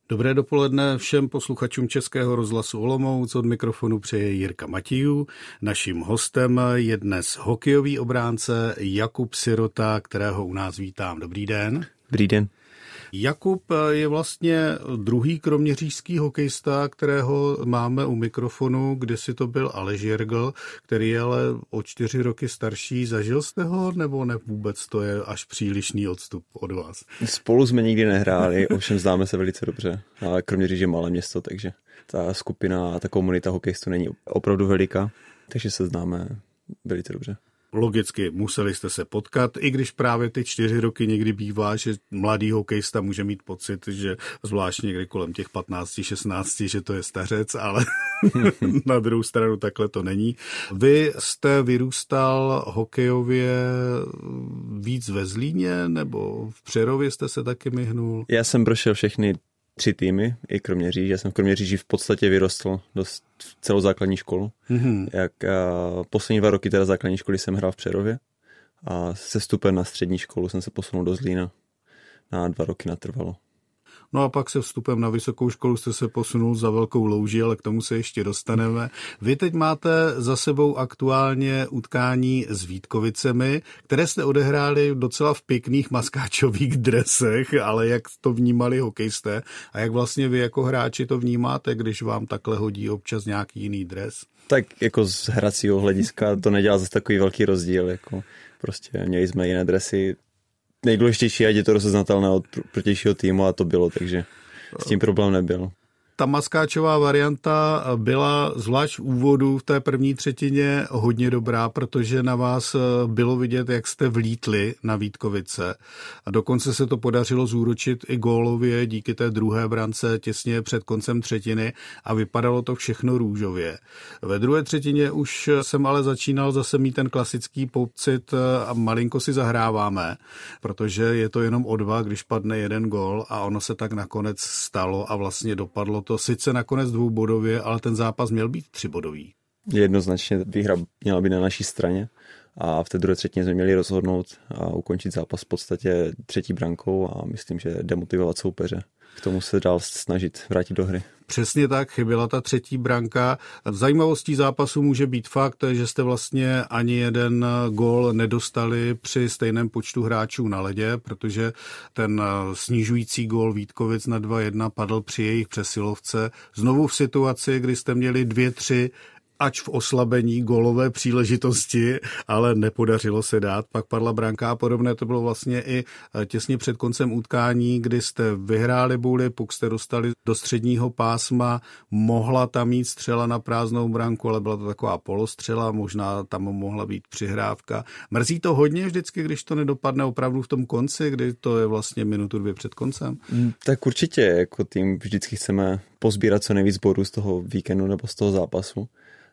Dobré dopoledne všem posluchačům Českého rozhlasu Olomouc, od mikrofonu přeje Jirka Matíjů. Naším hostem je dnes hokejový obránce Jakub Sirota, kterého u nás vítám. Dobrý den. Dobrý den. Jakub je vlastně druhý kroměřížský hokejista, kterého máme u mikrofonu, kdysi to byl Aleš Jirgl, který je ale o 4 roky starší. Zažil jste ho, nebo ne vůbec, to je až přílišný odstup od vás? Spolu jsme nikdy nehráli, ovšem známe se velice dobře, ale Kroměříž je malé město, takže ta skupina a ta komunita hokejistů není opravdu veliká, takže se známe velice dobře. Logicky museli jste se potkat, i když právě ty 4 roky někdy bývá, že mladý hokejista může mít pocit, že zvláštně někdy kolem těch 15-16, že to je stařec, ale na druhou stranu takhle to není. Vy jste vyrůstal hokejově víc ve Zlíně, nebo v Přerově jste se taky myhnul? Já jsem prošel všechny 3 týmy, i Kroměříž. Já jsem v Kroměříži v podstatě vyrostl celou základní školu. Jak poslední 2 roky teda základní školy jsem hrál v Přerově a se vstupem na střední školu jsem se posunul do Zlína. Na 2 roky natrvalo. No a pak se vstupem na vysokou školu jste se posunul za Velkou Louži, ale k tomu se ještě dostaneme. Vy teď máte za sebou aktuálně utkání s Vítkovicemi, které jste odehráli docela v pěkných maskáčových dresech, ale jak to vnímali hokejisté a jak vlastně vy jako hráči to vnímáte, když vám takhle hodí občas nějaký jiný dres? Tak jako z hracího hlediska to nedělá zase takový velký rozdíl. Jako prostě měli jsme jiné dresy. Nejdůležitější je to rozeznatelné od protějšího týmu a to bylo, takže s tím problém nebyl. Ta maskáčová varianta byla zvlášť v úvodu v té první třetině hodně dobrá, protože na vás bylo vidět, jak jste vlítli na Vítkovice. A dokonce se to podařilo zúročit i gólově díky té druhé brance těsně před koncem třetiny a vypadalo to všechno růžově. Ve druhé třetině už jsem ale začínal zase mít ten klasický pocit a malinko si zahráváme, protože je to jenom o 2, když padne 1 gól a ono se tak nakonec stalo a vlastně dopadlo to sice nakonec 2bodově, ale ten zápas měl být 3bodový. Jednoznačně výhra měla být na naší straně a v té druhé třetině jsme měli rozhodnout a ukončit zápas v podstatě 3. brankou a myslím, že demotivovat soupeře. K tomu se dál snažit vrátit do hry. Přesně tak, chyběla ta 3. branka. Zajímavostí zápasu může být fakt, že jste vlastně ani jeden gól nedostali při stejném počtu hráčů na ledě, protože ten snižující gól Vítkovic na 2-1 padl při jejich přesilovce. Znovu v situaci, kdy jste měli 2-3 ač v oslabení gólové příležitosti, ale nepodařilo se dát. Pak padla branka a podobné. To bylo vlastně i těsně před koncem utkání, kdy jste vyhráli bouly, puk jste dostali do středního pásma. Mohla tam mít střela na prázdnou branku, ale byla to taková polostřela, možná tam mohla být přihrávka. Mrzí to hodně vždycky, když to nedopadne opravdu v tom konci, kdy to je vlastně 1-2 minuty před koncem? Tak určitě, jako tým vždycky chceme pozbírat co nejvíc bodů z toho víkendu nebo z toho zápasu.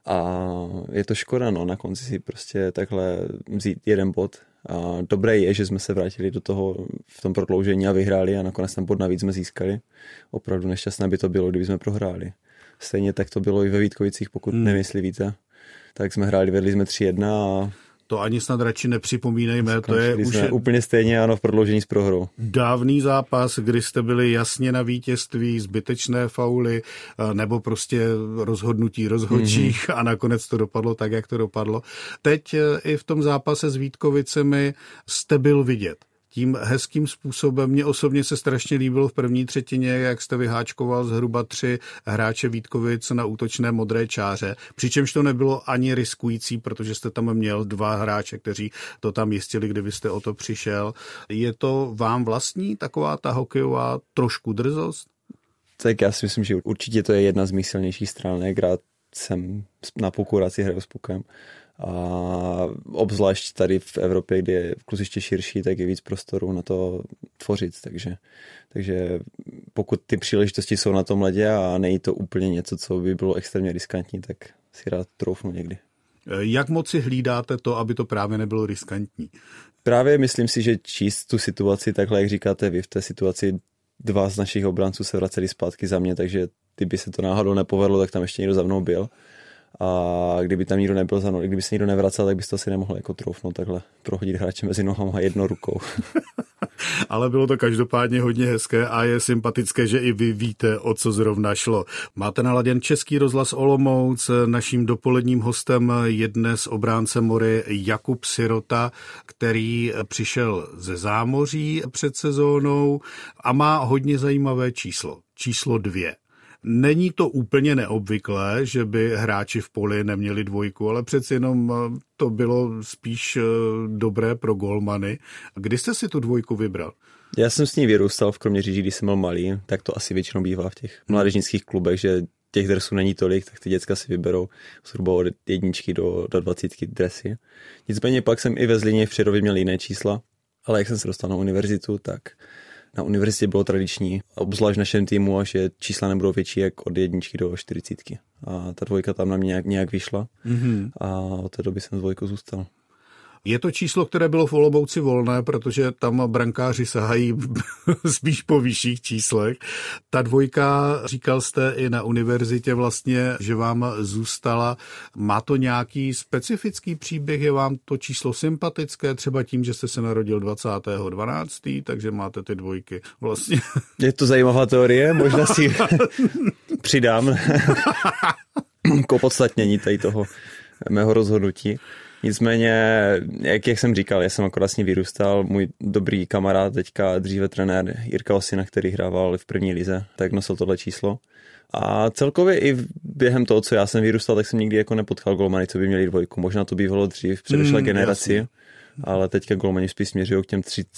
A je to škoda, no, na konci si prostě takhle vzít 1 bod. A dobré je, že jsme se vrátili do toho v tom prodloužení a vyhráli a nakonec ten bod navíc jsme získali. Opravdu nešťastné by to bylo, kdyby jsme prohráli. Stejně tak to bylo i ve Vítkovicích, pokud nemyslíte. Tak jsme hráli, vedli jsme 3-1 a to ani snad radši nepřipomínejme, to je už úplně stejně, ano, v prodloužení s prohrou. Dávný zápas, kdy jste byli jasně na vítězství, zbytečné fauly nebo prostě rozhodnutí rozhodčích a nakonec to dopadlo tak, jak to dopadlo. Teď i v tom zápase s Vítkovicemi jste byl vidět. Tím hezkým způsobem. Mně osobně se strašně líbilo v první třetině, jak jste vyháčkoval zhruba 3 hráče Vítkovic na útočné modré čáře. Přičemž to nebylo ani riskující, protože jste tam měl 2 hráče, kteří to tam jistili, kdyby jste o to přišel. Je to vám vlastní taková ta hokejová trošku drzost? Tak já si myslím, že určitě to je jedna z mých silnějších stránek. Rád jsem na pokuraci hraju s pukem. A obzvlášť tady v Evropě, kde je kluziště širší, tak je víc prostoru na to tvořit. Takže pokud ty příležitosti jsou na tom ledě a není to úplně něco, co by bylo extrémně riskantní, tak si rád troufnu někdy. Jak moc si hlídáte to, aby to právě nebylo riskantní? Právě myslím si, že číst tu situaci, takhle jak říkáte vy, v té situaci 2 z našich obranců se vraceli zpátky za mě, takže kdyby se to náhodou nepovedlo, tak tam ještě někdo za mnou byl. A kdyby tam nikdo nebyl za mnou, kdyby se nikdo nevracel, tak bys to asi nemohl jako troufnout takhle prohodit hráče mezi nohama 1 rukou. Ale bylo to každopádně hodně hezké a je sympatické, že i vy víte, o co zrovna šlo. Máte naladěn Český rozhlas Olomouc. Naším dopoledním hostem je dnes obránce Mory Jakub Sirota, který přišel ze zámoří před sezónou a má hodně zajímavé číslo. Číslo 2. Není to úplně neobvyklé, že by hráči v poli neměli dvojku, ale přeci jenom to bylo spíš dobré pro golmany. Kdy jste si tu dvojku vybral? Já jsem s ní vyrůstal v Kroměříži, když jsem byl malý, tak to asi většinou bývá v těch mládežnických klubech, že těch dresů není tolik, tak ty děcka si vyberou zhruba od 1 do 20 dresy. Nicméně pak jsem i ve Zlíně v Přerově měl jiné čísla, ale jak jsem se dostal na univerzitu, tak na univerzitě bylo tradiční, obzvlášť v našem týmu, že čísla nebudou větší jak od 1 do 40. A ta dvojka tam na mě nějak vyšla a od té doby jsem s dvojkou zůstal. Je to číslo, které bylo v Olomouci volné, protože tam brankáři sahají spíš po vyšších číslech. Ta dvojka, říkal jste i na univerzitě vlastně, že vám zůstala. Má to nějaký specifický příběh? Je vám to číslo sympatické? Třeba tím, že jste se narodil 20.12., takže máte ty dvojky vlastně. Je to zajímavá teorie, možná si přidám k opodstatnění tady toho mého rozhodnutí. Nicméně, jak jsem říkal, já jsem akorát s ní vyrůstal, můj dobrý kamarád, teďka dříve trenér Jirka Osina, který hrával v první lize, tak nosil tohle číslo. A celkově i během toho, co já jsem vyrůstal, tak jsem nikdy jako nepotkal golmany, co by měli dvojku. Možná to bývalo dřív v předešlé generaci, jasně. Ale teďka golmani spíš směřují k těm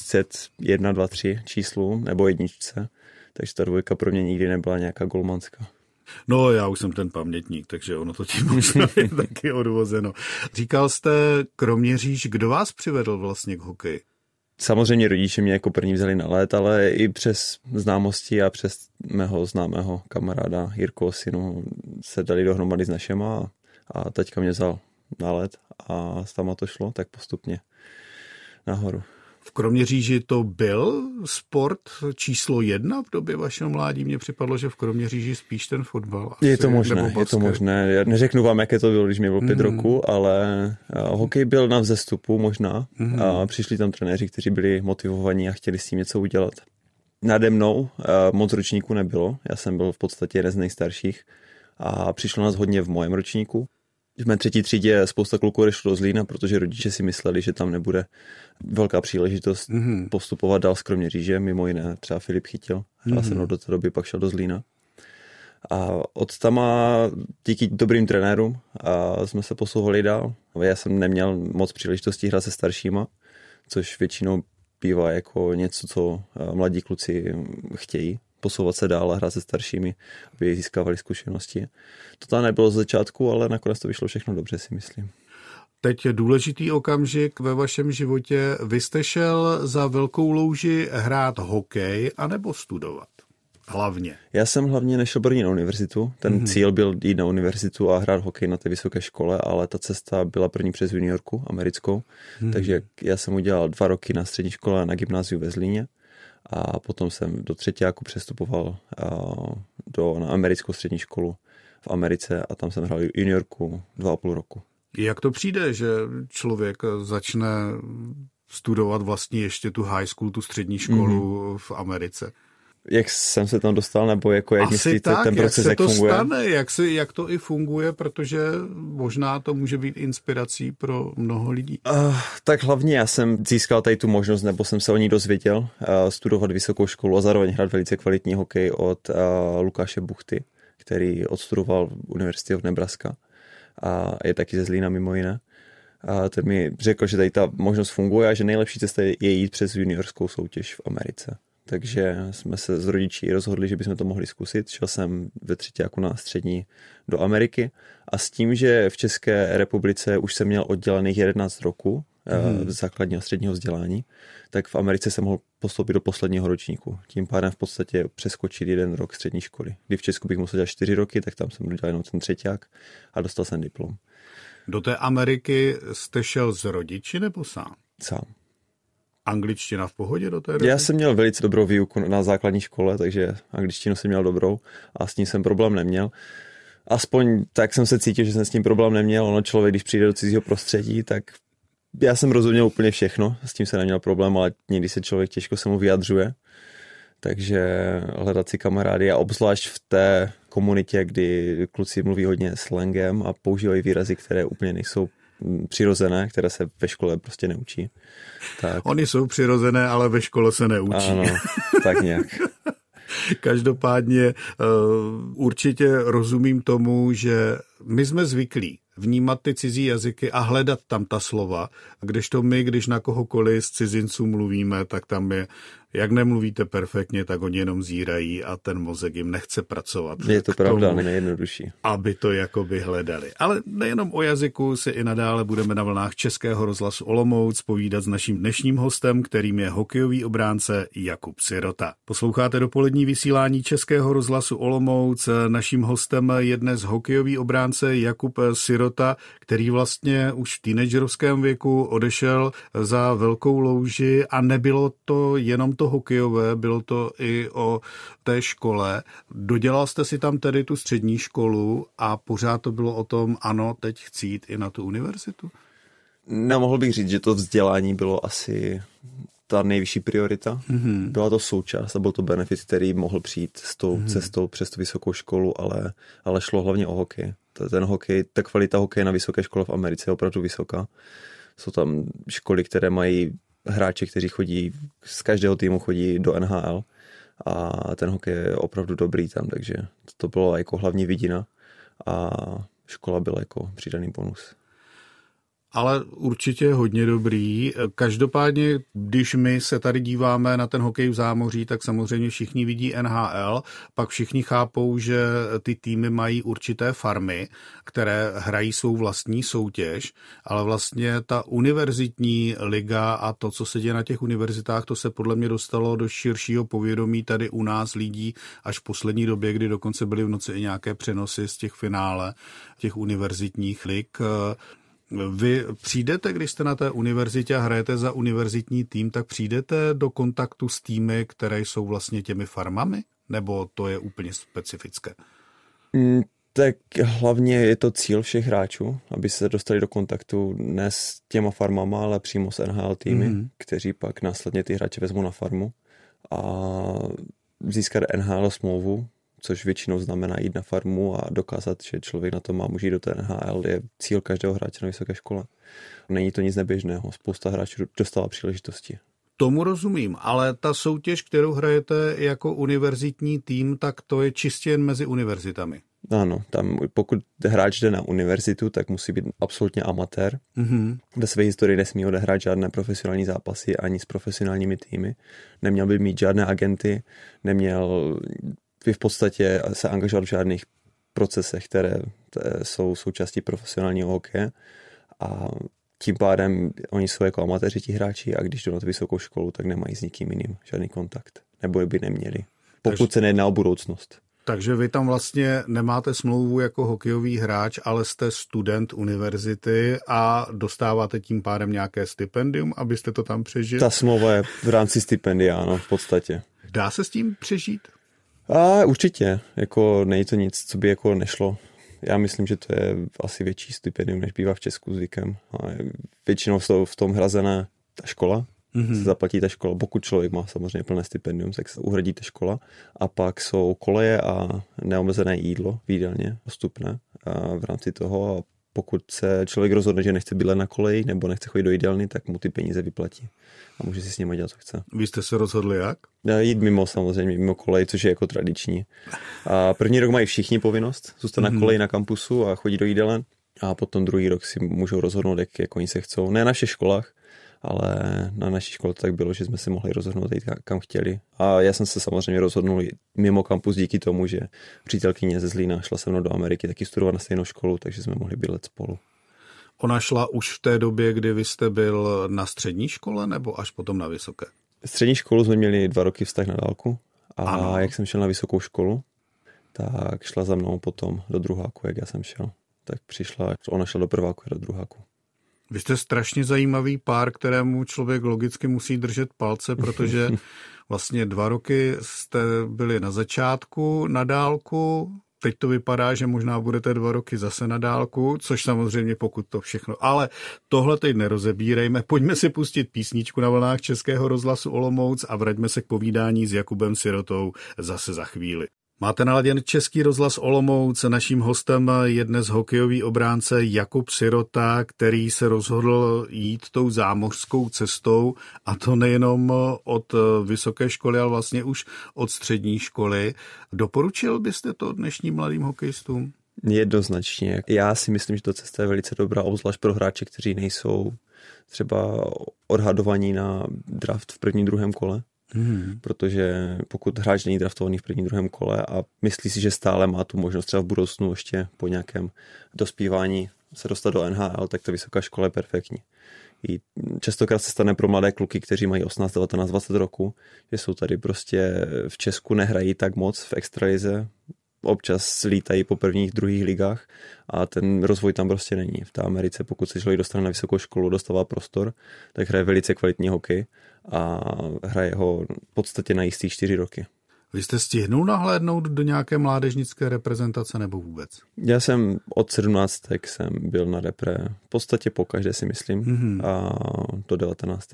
31, 2, 3 číslům nebo jedničce, takže ta dvojka pro mě nikdy nebyla nějaká golmanská. No, já už jsem ten pamětník, takže ono to tím možná je taky odvozeno. Říkal jste Kroměříž, kdo vás přivedl vlastně k hokeji? Samozřejmě rodiče mě jako první vzali na led, ale i přes známosti a přes mého známého kamaráda Jirku Osinu se dali dohromady s našema a teďka mě vzal na led a tam to šlo tak postupně nahoru. V Kroměříži to byl sport číslo 1 v době vašeho mládí? Mně připadlo, že v Kroměříži spíš ten fotbal. Asi, je to možné. Já neřeknu vám, jaké to bylo, když mě bylo 5 roku, ale hokej byl na vzestupu možná a přišli tam trenéři, kteří byli motivovaní a chtěli s tím něco udělat. Nade mnou moc ročníků nebylo, já jsem byl v podstatě jeden z nejstarších a přišlo nás hodně v mém ročníku. V mé 3. třídě spousta kluků odešlo do Zlína, protože rodiče si mysleli, že tam nebude velká příležitost postupovat dál z Kroměříže, mimo jiné třeba Filip Chytil. Hrál se mnou do té doby, pak šel do Zlína. A od tam díky dobrým trenérům jsme se posouvali dál. Já jsem neměl moc příležitostí hrát se staršíma, což většinou bývá jako něco, co mladí kluci chtějí. Posouvat se dál a hrát se staršími, aby získávali zkušenosti. To tam nebylo z začátku, ale nakonec to vyšlo všechno dobře, si myslím. Teď je důležitý okamžik ve vašem životě. Vy jste šel za Velkou Louži hrát hokej anebo studovat? Hlavně. Já jsem hlavně nešel první na univerzitu. Ten cíl byl jít na univerzitu a hrát hokej na té vysoké škole, ale ta cesta byla první přes juniorku americkou. Takže já jsem udělal 2 roky na střední škole a na gymnáziu ve Zlíně. A potom jsem do 3. přestupoval na americkou střední školu v Americe a tam jsem hrál juniorku 2,5 roku. Jak to přijde, že člověk začne studovat vlastně ještě tu high school, tu střední školu v Americe? Jak jsem se tam dostal, nebo jako jak myslíte, tak, ten proces, jak funguje? Stane, jak to i funguje, protože možná to může být inspirací pro mnoho lidí. Tak hlavně já jsem získal tady tu možnost, nebo jsem se o ní dozvěděl, studovat vysokou školu a zároveň hrát velice kvalitní hokej od Lukáše Buchty, který odstudoval University of Nebraska a je taky ze Zlína mimo jiné. A ten mi řekl, že tady ta možnost funguje a že nejlepší cesta je jít přes juniorskou soutěž v Americe. Takže jsme se s rodiči rozhodli, že bychom to mohli zkusit. Šel jsem ve 3. na střední do Ameriky a s tím, že v České republice už jsem měl oddělených 11 roků základního a středního vzdělání, tak v Americe jsem mohl postoupit do posledního ročníku. Tím pádem v podstatě přeskočit 1 rok střední školy. Kdy v Česku bych musel dělat 4 roky, tak tam jsem dodělal jenom ten 3. a dostal jsem diplom. Do té Ameriky jste šel s rodiči nebo sám? Sám. Angličtina v pohodě do té doby? Já jsem měl velice dobrou výuku na základní škole, takže angličtinu jsem měl dobrou a s ní jsem problém neměl. Aspoň tak jsem se cítil, že jsem s tím problém neměl. Ono člověk, když přijde do cizího prostředí, tak Já jsem rozuměl úplně všechno, s tím se neměl problém, ale někdy se člověk těžko se mu vyjadřuje. Takže hledat si kamarády a obzvlášť v té komunitě, kdy kluci mluví hodně slangem a používají výrazy, které úplně nejsou přirozené, které se ve škole prostě neučí. Tak. Oni jsou přirozené, ale ve škole se neučí. Ano, tak nějak. Každopádně určitě rozumím tomu, že my jsme zvyklí vnímat ty cizí jazyky a hledat tam ta slova, kdežto my, když na kohokoliv z cizinců mluvíme, tak tam je, jak nemluvíte perfektně, tak oni jenom zírají a ten mozek jim nechce pracovat. Je to pravda, nejjednodušší. Aby to jakoby hledali. Ale nejenom o jazyku si i nadále budeme na vlnách Českého rozhlasu Olomouc povídat s naším dnešním hostem, kterým je hokejový obránce Jakub Sirota. Posloucháte dopolední vysílání Českého rozhlasu Olomouc. Naším hostem je dnes hokejový obránce Jakub Sirota, který vlastně už v teenagerovském věku odešel za velkou louži a nebylo to jenom to hokejové, bylo to i o té škole. Dodělal jste si tam tedy tu střední školu a pořád to bylo o tom, ano, teď chci jít i na tu univerzitu? Nemohl bych říct, že to vzdělání bylo asi ta nejvyšší priorita. Mm-hmm. Byla to součást a byl to benefit, který mohl přijít s tou cestou přes tu vysokou školu, ale šlo hlavně o hokej. Ten hokej, ta kvalita hokeje na vysoké škole v Americe je opravdu vysoká. Jsou tam školy, které mají hráče, kteří chodí, z každého týmu chodí do NHL a ten hokej je opravdu dobrý tam, takže to bylo jako hlavní vidina a škola byla jako přidaný bonus. Ale určitě hodně dobrý. Každopádně, když my se tady díváme na ten hokej v zámoří, tak samozřejmě všichni vidí NHL, pak všichni chápou, že ty týmy mají určité farmy, které hrají svou vlastní soutěž, ale vlastně ta univerzitní liga a to, co se děje na těch univerzitách, to se podle mě dostalo do širšího povědomí tady u nás lidí až v poslední době, kdy dokonce byly v noci i nějaké přenosy z těch finále těch univerzitních lig. Vy přijdete, když jste na té univerzitě a hrajete za univerzitní tým, tak přijdete do kontaktu s týmy, které jsou vlastně těmi farmami? Nebo to je úplně specifické? Tak hlavně je to cíl všech hráčů, aby se dostali do kontaktu ne s těma farmama, ale přímo s NHL týmy, kteří pak následně ty hráče vezmou na farmu a získat NHL smlouvu, což většinou znamená jít na farmu a dokázat, že člověk na to má, může jít do té NHL, je cíl každého hráče na vysoké škole. Není to nic neběžného, spousta hráčů dostala příležitosti. Tomu rozumím, ale ta soutěž, kterou hrajete jako univerzitní tým, tak to je čistě jen mezi univerzitami. Ano, tam pokud hráč jde na univerzitu, tak musí být absolutně amatér. Mm-hmm. Ve své historii nesmí odehrát žádné profesionální zápasy ani s profesionálními týmy. Neměl by mít žádné agenty, neměl by v podstatě se angažovat v žádných procesech, které jsou součástí profesionálního hokeje a tím pádem oni jsou jako amatéři ti hráči a když jdou na tu vysokou školu, tak nemají s nikým jiným žádný kontakt. Nebo by neměli, pokud se nejedná o budoucnost. Takže vy tam vlastně nemáte smlouvu jako hokejový hráč, ale jste student univerzity a dostáváte tím pádem nějaké stipendium, abyste to tam přežili? Ta smlouva je v rámci stipendia, ano, v podstatě. Dá se s tím přežít? Určitě, jako není to nic, co by jako nešlo. Já myslím, že to je asi větší stipendium, než bývá v Česku zvykem. A většinou jsou v tom hrazená ta škola, se zaplatí ta škola. Pokud člověk má samozřejmě plné stipendium, tak se uhradí ta škola. A pak jsou koleje a neomezené jídlo v jídelně dostupné v rámci toho. A pokud se člověk rozhodne, že nechce bydlet na koleji nebo nechce chodit do jídelny, tak mu ty peníze vyplatí. A může si s nimi dělat, co chce. Vy jste se rozhodli jak? Jít mimo samozřejmě, mimo kolej, což je jako tradiční. A první rok mají všichni povinnost zůstat na koleji na kampusu a chodit do jídelen. A potom druhý rok si můžou rozhodnout, jak oni se chcou. Ne na všech školách, ale na naší škole to tak bylo, že jsme si mohli rozhodnout jít kam chtěli. A já jsem se samozřejmě rozhodnul mimo kampus díky tomu, že přítelkyně ze Zlína šla se mnou do Ameriky taky studovat na stejnou školu, takže jsme mohli bydlet spolu. Ona šla už v té době, kdy vy jste byl na střední škole nebo až potom na vysoké? Střední školu jsme měli 2 roky vztah na dálku a jak jsem šel na vysokou školu, tak šla za mnou potom do druháku, jak já jsem šel. Tak ona šla do prváku a do druháku. Vy jste strašně zajímavý pár, kterému člověk logicky musí držet palce, protože vlastně 2 roky jste byli na začátku, na dálku, teď to vypadá, že možná budete 2 roky zase na dálku, což samozřejmě pokud to všechno. Ale tohle teď nerozebírejme. Pojďme si pustit písničku na vlnách Českého rozhlasu Olomouc a vraťme se k povídání s Jakubem Sirotou zase za chvíli. Máte naladěn Český rozhlas Olomouc. Naším hostem je dnes hokejový obránce Jakub Sirota, který se rozhodl jít tou zámořskou cestou, a to nejenom od vysoké školy, ale vlastně už od střední školy. Doporučil byste to dnešním mladým hokejistům? Jednoznačně. Já si myslím, že ta cesta je velice dobrá, obzvlášť pro hráče, kteří nejsou třeba odhadovaní na draft v prvním, druhém kole. Protože pokud hráč není draftovaný v prvním, druhém kole a myslí si, že stále má tu možnost třeba v budoucnu ještě po nějakém dospívání se dostat do NHL, tak ta vysoká škola je perfektní. I častokrát se stane pro mladé kluky, kteří mají 18, 19, 20 roku, že jsou tady prostě v Česku, nehrají tak moc v extralize, občas lítají po prvních, druhých ligách a ten rozvoj tam prostě není. V té Americe, pokud se člověk dostane na vysokou školu, dostává prostor, tak hraje velice kvalitní hokej a hraje ho v podstatě na jistých 4 roky. Vy jste stihnul nahlédnout do nějaké mládežnické reprezentace nebo vůbec? Já jsem od 17 jsem byl na repre v podstatě pokaždé, si myslím, a do 19.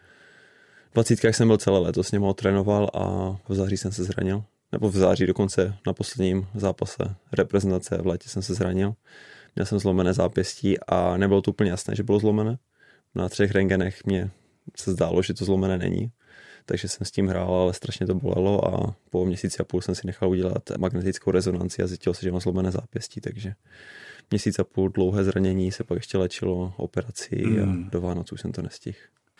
V 20 jsem byl celé léto, s ním trénoval a v září jsem se zranil. Nebo v září dokonce na posledním zápase reprezentace v létě jsem se zranil. Měl jsem zlomené zápěstí a nebylo to úplně jasné, že bylo zlomené. Na 3 rentgenech mě se zdálo, že to zlomené není. Takže jsem s tím hrál, ale strašně to bolelo a po měsíci a půl jsem si nechal udělat magnetickou rezonanci a zjistil se, že mám zlomené zápěstí, takže měsíc a půl dlouhé zranění se pak ještě léčilo operací a do Vánoc už jsem to nestihl.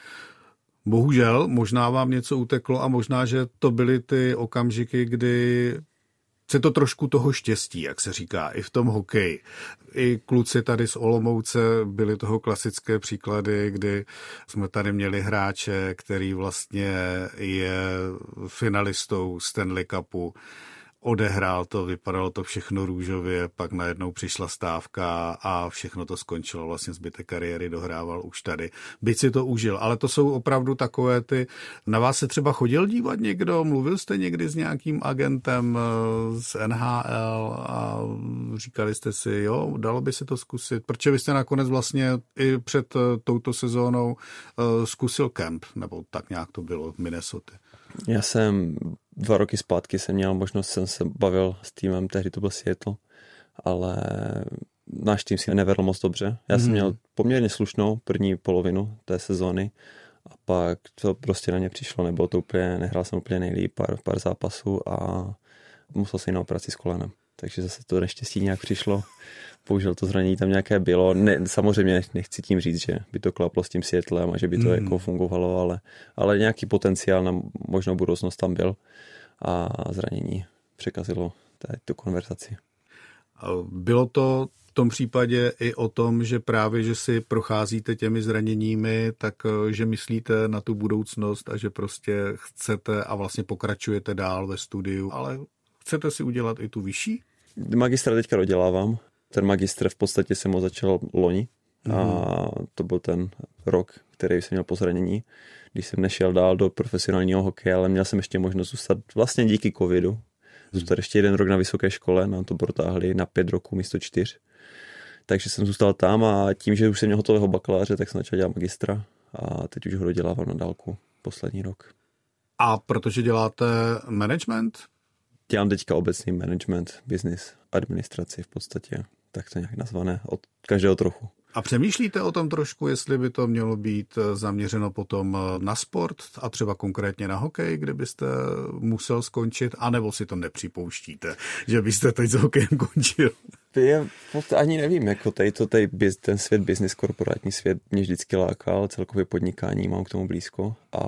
Bohužel, možná vám něco uteklo a možná, že to byly ty okamžiky, kdy se to trošku toho štěstí, jak se říká, i v tom hokeji. I kluci tady z Olomouce byly toho klasické příklady, kdy jsme tady měli hráče, který vlastně je finalistou Stanley Cupu, odehrál to, vypadalo to všechno růžově, pak najednou přišla stávka a všechno to skončilo, vlastně zbytek kariéry dohrával už tady. Byť si to užil, ale to jsou opravdu takové ty, na vás se třeba chodil dívat někdo, mluvil jste někdy s nějakým agentem z NHL a říkali jste si, jo, dalo by se to zkusit, protože vy jste nakonec vlastně i před touto sezónou zkusil kemp, nebo tak nějak to bylo v Minnesota. Já jsem 2 roky zpátky jsem měl možnost, jsem se bavil s týmem, tehdy to byl Seattle, ale náš tým si nevedl moc dobře. Já jsem měl poměrně slušnou první polovinu té sezóny a pak to prostě na ně přišlo, nebylo to úplně, nehrál jsem úplně nejlíp, pár zápasů a musel se jít na operaci s kolenem. Takže zase to neštěstí nějak přišlo. Bohužel to zranění tam nějaké bylo. Ne, samozřejmě nechci tím říct, že by to klaplo s tím Seattlem a že by to jako fungovalo, ale nějaký potenciál na možnou budoucnost tam byl a zranění překazilo tu konverzaci. Bylo to v tom případě i o tom, že právě, že si procházíte těmi zraněními, tak že myslíte na tu budoucnost a že prostě chcete a vlastně pokračujete dál ve studiu, ale chcete si udělat i tu vyšší? Magistra teďka dodělávám. Ten magistr v podstatě jsem ho začal loni a to byl ten rok, který jsem měl po zranění, když jsem nešel dál do profesionálního hokeje, ale měl jsem ještě možnost zůstat vlastně díky covidu. Zůstat ještě 1 rok na vysoké škole, nám to protáhli na 5 roků místo 4. Takže jsem zůstal tam a tím, že už jsem měl hotového bakaláře, tak jsem začal dělat magistra a teď už ho dodělávám na dálku poslední rok. A protože děláte management? Dělám teďka obecný management, business, administraci v podstatě, tak to nějak nazvané, od každého trochu. A přemýšlíte o tom trošku, jestli by to mělo být zaměřeno potom na sport a třeba konkrétně na hokej, kde byste musel skončit, anebo si to nepřipouštíte, že byste teď s hokejem končil? Ani nevím, jako ten svět business, korporátní svět mě vždycky lákal, celkově podnikání mám k tomu blízko a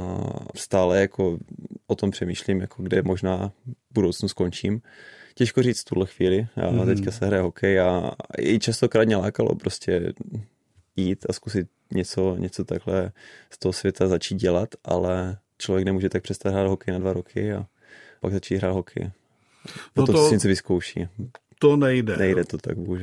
stále jako o tom přemýšlím, jako kde možná v budoucnu skončím. Těžko říct v tuhle chvíli, já teďka se hraje hokej a i častokrát mě lákalo prostě jít a zkusit něco takhle z toho světa začít dělat, ale člověk nemůže tak přestat hrát hokej na 2 roky a pak začít hrát hokej. Potom si něco vyzkouší. To nejde. Nejde to tak, bohužel.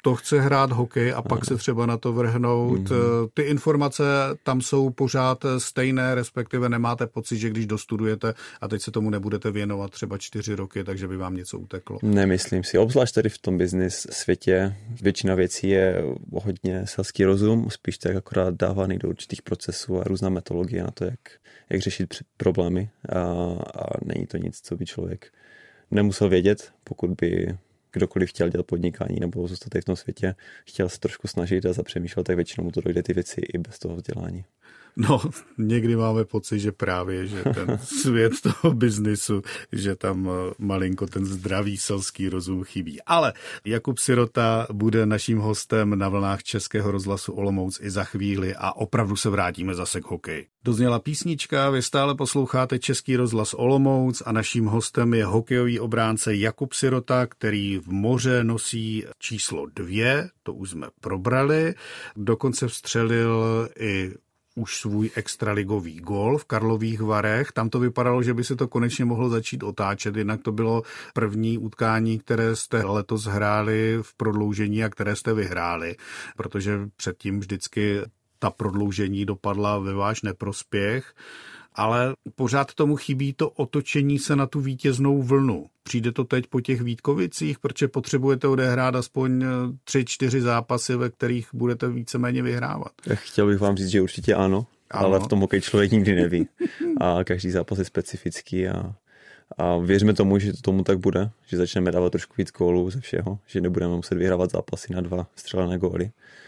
to chce hrát hokej a pak se třeba na to vrhnout. Ty informace tam jsou pořád stejné, respektive nemáte pocit, že když dostudujete a teď se tomu nebudete věnovat třeba 4 roky, takže by vám něco uteklo. Nemyslím si, obzvlášť tady v tom business světě většina věcí je hodně selský rozum, spíš tak akorát dávaný do určitých procesů a různá metodologie na to, jak řešit problémy a není to nic, co by člověk nemusel vědět, pokud by kdokoliv chtěl dělat podnikání nebo zůstat v tom světě, chtěl se trošku snažit a zapřemýšlet, tak většinou mu to dojde ty věci i bez toho vzdělání. No, někdy máme pocit, že právě, že ten svět toho biznisu, že tam malinko ten zdravý selský rozum chybí. Ale Jakub Sirota bude naším hostem na vlnách Českého rozhlasu Olomouc i za chvíli a opravdu se vrátíme zase k hokeji. Dozněla písnička, vy stále posloucháte Český rozhlas Olomouc a naším hostem je hokejový obránce Jakub Sirota, který v moře nosí číslo 2, to už jsme probrali, dokonce vstřelil i už svůj extraligový gól v Karlových Varech. Tam to vypadalo, že by se to konečně mohlo začít otáčet, jednak to bylo první utkání, které jste letos hráli v prodloužení a které jste vyhráli, protože předtím vždycky ta prodloužení dopadla ve váš neprospěch, ale pořád tomu chybí to otočení se na tu vítěznou vlnu. Přijde to teď po těch Vítkovicích, protože potřebujete odehrát aspoň 3-4 zápasy, ve kterých budete víceméně vyhrávat. Chtěl bych vám říct, že určitě ano. Ale v tom hokej člověk nikdy neví. A každý zápas je specifický a věříme tomu, že to tomu tak bude, že začneme dávat trošku víc gólů ze všeho, že nebudeme muset vyhrávat zápasy na 2 střelené góly.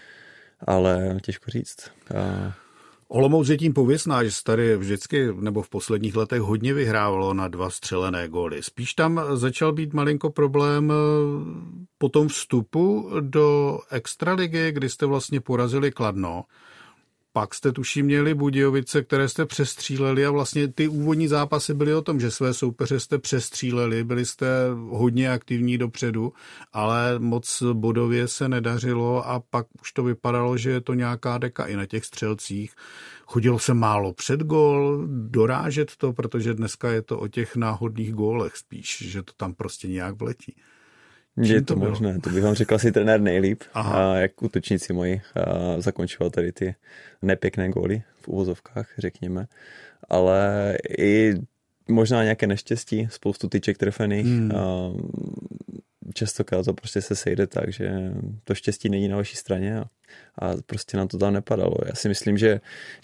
Ale těžko říct. Olomouc je tím pověstná, že se tady vždycky nebo v posledních letech hodně vyhrávalo na 2 střelené góly. Spíš tam začal být malinko problém po tom vstupu do extraligy, kdy jste vlastně porazili Kladno. Pak jste tuším měli Budějovice, které jste přestříleli a vlastně ty úvodní zápasy byly o tom, že své soupeře jste přestříleli, byli jste hodně aktivní dopředu, ale moc bodově se nedařilo a pak už to vypadalo, že je to nějaká deka i na těch střelcích. Chodilo se málo před gól, dorážet to, protože dneska je to o těch náhodných gólech spíš, že to tam prostě nějak vletí. Je to možné, to bych vám řekl asi trenér nejlíp, jak útočníci moji zakončoval tady ty nepěkné góly v uvozovkách, řekněme, ale i možná nějaké neštěstí, spoustu tyček trefených, častokrát to prostě se sejde tak, že to štěstí není na vaší straně a prostě nám to tam nepadalo. Já si myslím, že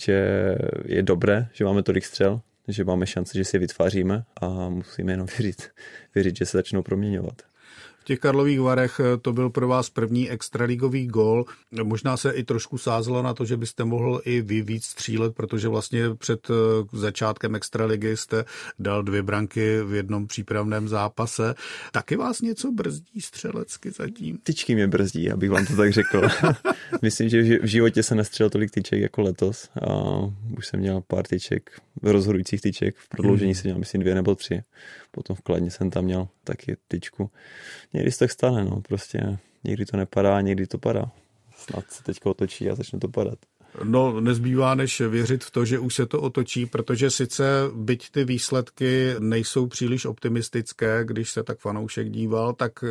je dobré, že máme tolik střel, že máme šanci, že si je vytváříme a musíme jenom věřit, že se začnou proměňovat. V těch Karlových Varech to byl pro vás první extraligový gól. Možná se i trošku sázelo na to, že byste mohl i vy víc střílet, protože vlastně před začátkem extraligy jste dal 2 branky v jednom přípravném zápase. Taky vás něco brzdí střelecky zatím? Tyčky mě brzdí, abych vám to tak řekl. Myslím, že v životě se nestřelil tolik tyček jako letos. A už jsem měl pár tyček, rozhodujících tyček. V prodloužení jsem měl myslím 2 nebo 3. Potom v Kladně jsem tam měl taky tyčku. Někdy se tak stane, no, prostě někdy to nepadá, někdy to padá. Snad se teďka otočí a začne to padat. No, nezbývá než věřit v to, že už se to otočí, protože sice byť ty výsledky nejsou příliš optimistické, když se tak fanoušek díval, tak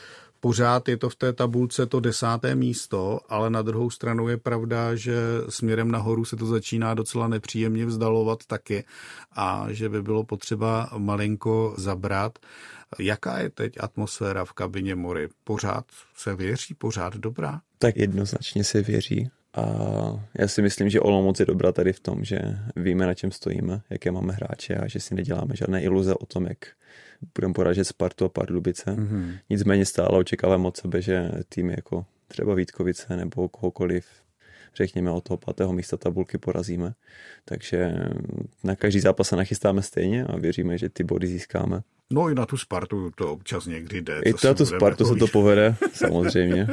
pořád je to v té tabulce to 10. místo, ale na druhou stranu je pravda, že směrem nahoru se to začíná docela nepříjemně vzdalovat taky a že by bylo potřeba malinko zabrat. Jaká je teď atmosféra v kabině Mory? Pořád se věří? Pořád dobrá? Tak jednoznačně se věří. A já si myslím, že Olomouc je dobrá tady v tom, že víme, na čem stojíme, jaké máme hráče a že si neděláme žádné iluze o tom, jak budeme porážet Spartu a Pardubice. Nicméně stále očekáváme od sebe, že týmy jako třeba Vítkovice nebo kohokoliv, řekněme od toho 5. místa tabulky porazíme. Takže na každý zápas se nachystáme stejně a věříme, že ty body získáme. No i na tu Spartu to občas někdy jde. I na tu Spartu se to povede, samozřejmě.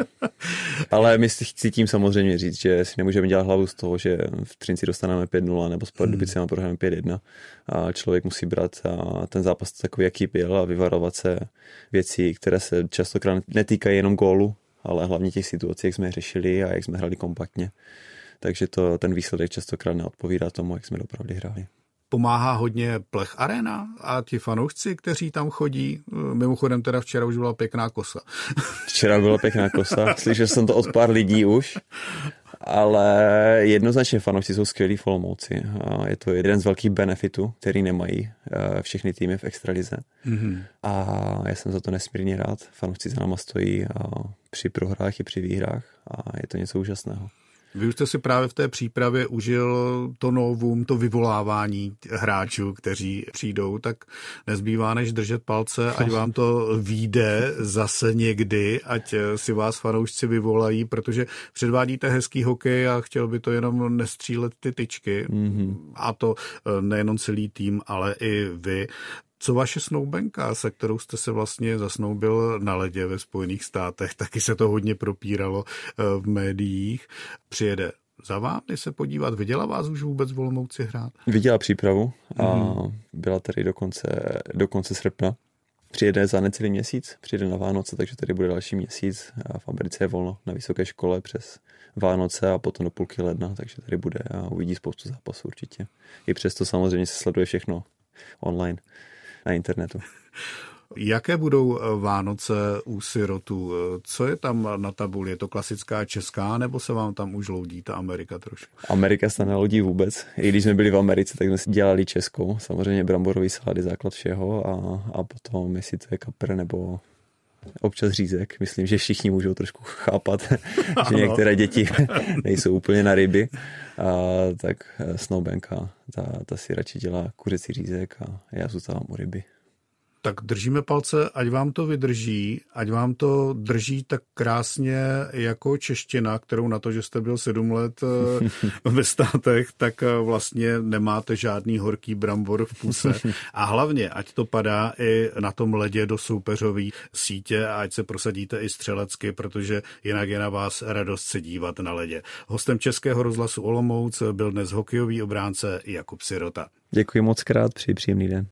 Ale my si tím samozřejmě říct, že si nemůžeme dělat hlavu z toho, že v Třinci dostaneme 5-0 nebo s Pardubicemi prohráme 5-1. A člověk musí brát ten zápas takový, jaký byl a vyvarovat se věcí, které se častokrát netýkají jenom gólu, ale hlavně těch situací, jak jsme je řešili a jak jsme hráli kompaktně. Takže ten výsledek častokrát neodpovídá tomu, jak jsme opravdu hráli. pomáhá hodně Plech Arena a ti fanoušci, kteří tam chodí? Mimochodem teda včera už byla pěkná kosa. Včera byla pěkná kosa, slyšel jsem to od pár lidí už, ale jednoznačně fanoušci jsou skvělí v Olomouci. Je to jeden z velkých benefitů, který nemají všechny týmy v extralize. Mm-hmm. A já jsem za to nesmírně rád. Fanoušci za náma stojí při prohrách i při výhrách a je to něco úžasného. Vy už jste si právě v té přípravě užil to novum, to vyvolávání hráčů, kteří přijdou, tak nezbývá než držet palce, ať vám to vyjde zase někdy, ať si vás fanoušci vyvolají, protože předvádíte hezký hokej a chtěl by to jenom nestřílet ty tyčky. Mm-hmm. A to nejenom celý tým, ale i vy. Co vaše snoubenka, se kterou jste se vlastně zasnoubil na ledě ve Spojených státech, taky se to hodně propíralo v médiích, přijede za vámi se podívat, viděla vás už vůbec v Olomouci hrát? Viděla přípravu a byla tady do konce srpna. Přijede za necelý měsíc, přijede na Vánoce, takže tady bude další měsíc. A v Americe je volno na vysoké škole přes Vánoce a potom do půlky ledna, takže tady bude a uvidí spoustu zápasů určitě. I přesto samozřejmě se sleduje všechno online na internetu. Jaké budou Vánoce u sirotů? Co je tam na tabuli? Je to klasická česká, nebo se vám tam už loudí ta Amerika trošku? Amerika se nelodí vůbec. I když jsme byli v Americe, tak jsme si dělali českou. Samozřejmě bramborový salát je základ všeho a potom, jestli to je kapr nebo občas řízek. Myslím, že všichni můžou trošku chápat, že některé děti nejsou úplně na ryby. Tak snoubenka, ta si radši dělá kuřecí řízek a já zůstávám u ryby. Tak držíme palce, ať vám to vydrží, ať vám to drží tak krásně jako čeština, kterou na to, že jste byl 7 let ve státech, tak vlastně nemáte žádný horký brambor v puse. A hlavně, ať to padá i na tom ledě do soupeřové sítě a ať se prosadíte i střelecky, protože jinak je na vás radost se dívat na ledě. Hostem Českého rozhlasu Olomouc byl dnes hokejový obránce Jakub Sirota. Děkuji moc krát, přeji příjemný den.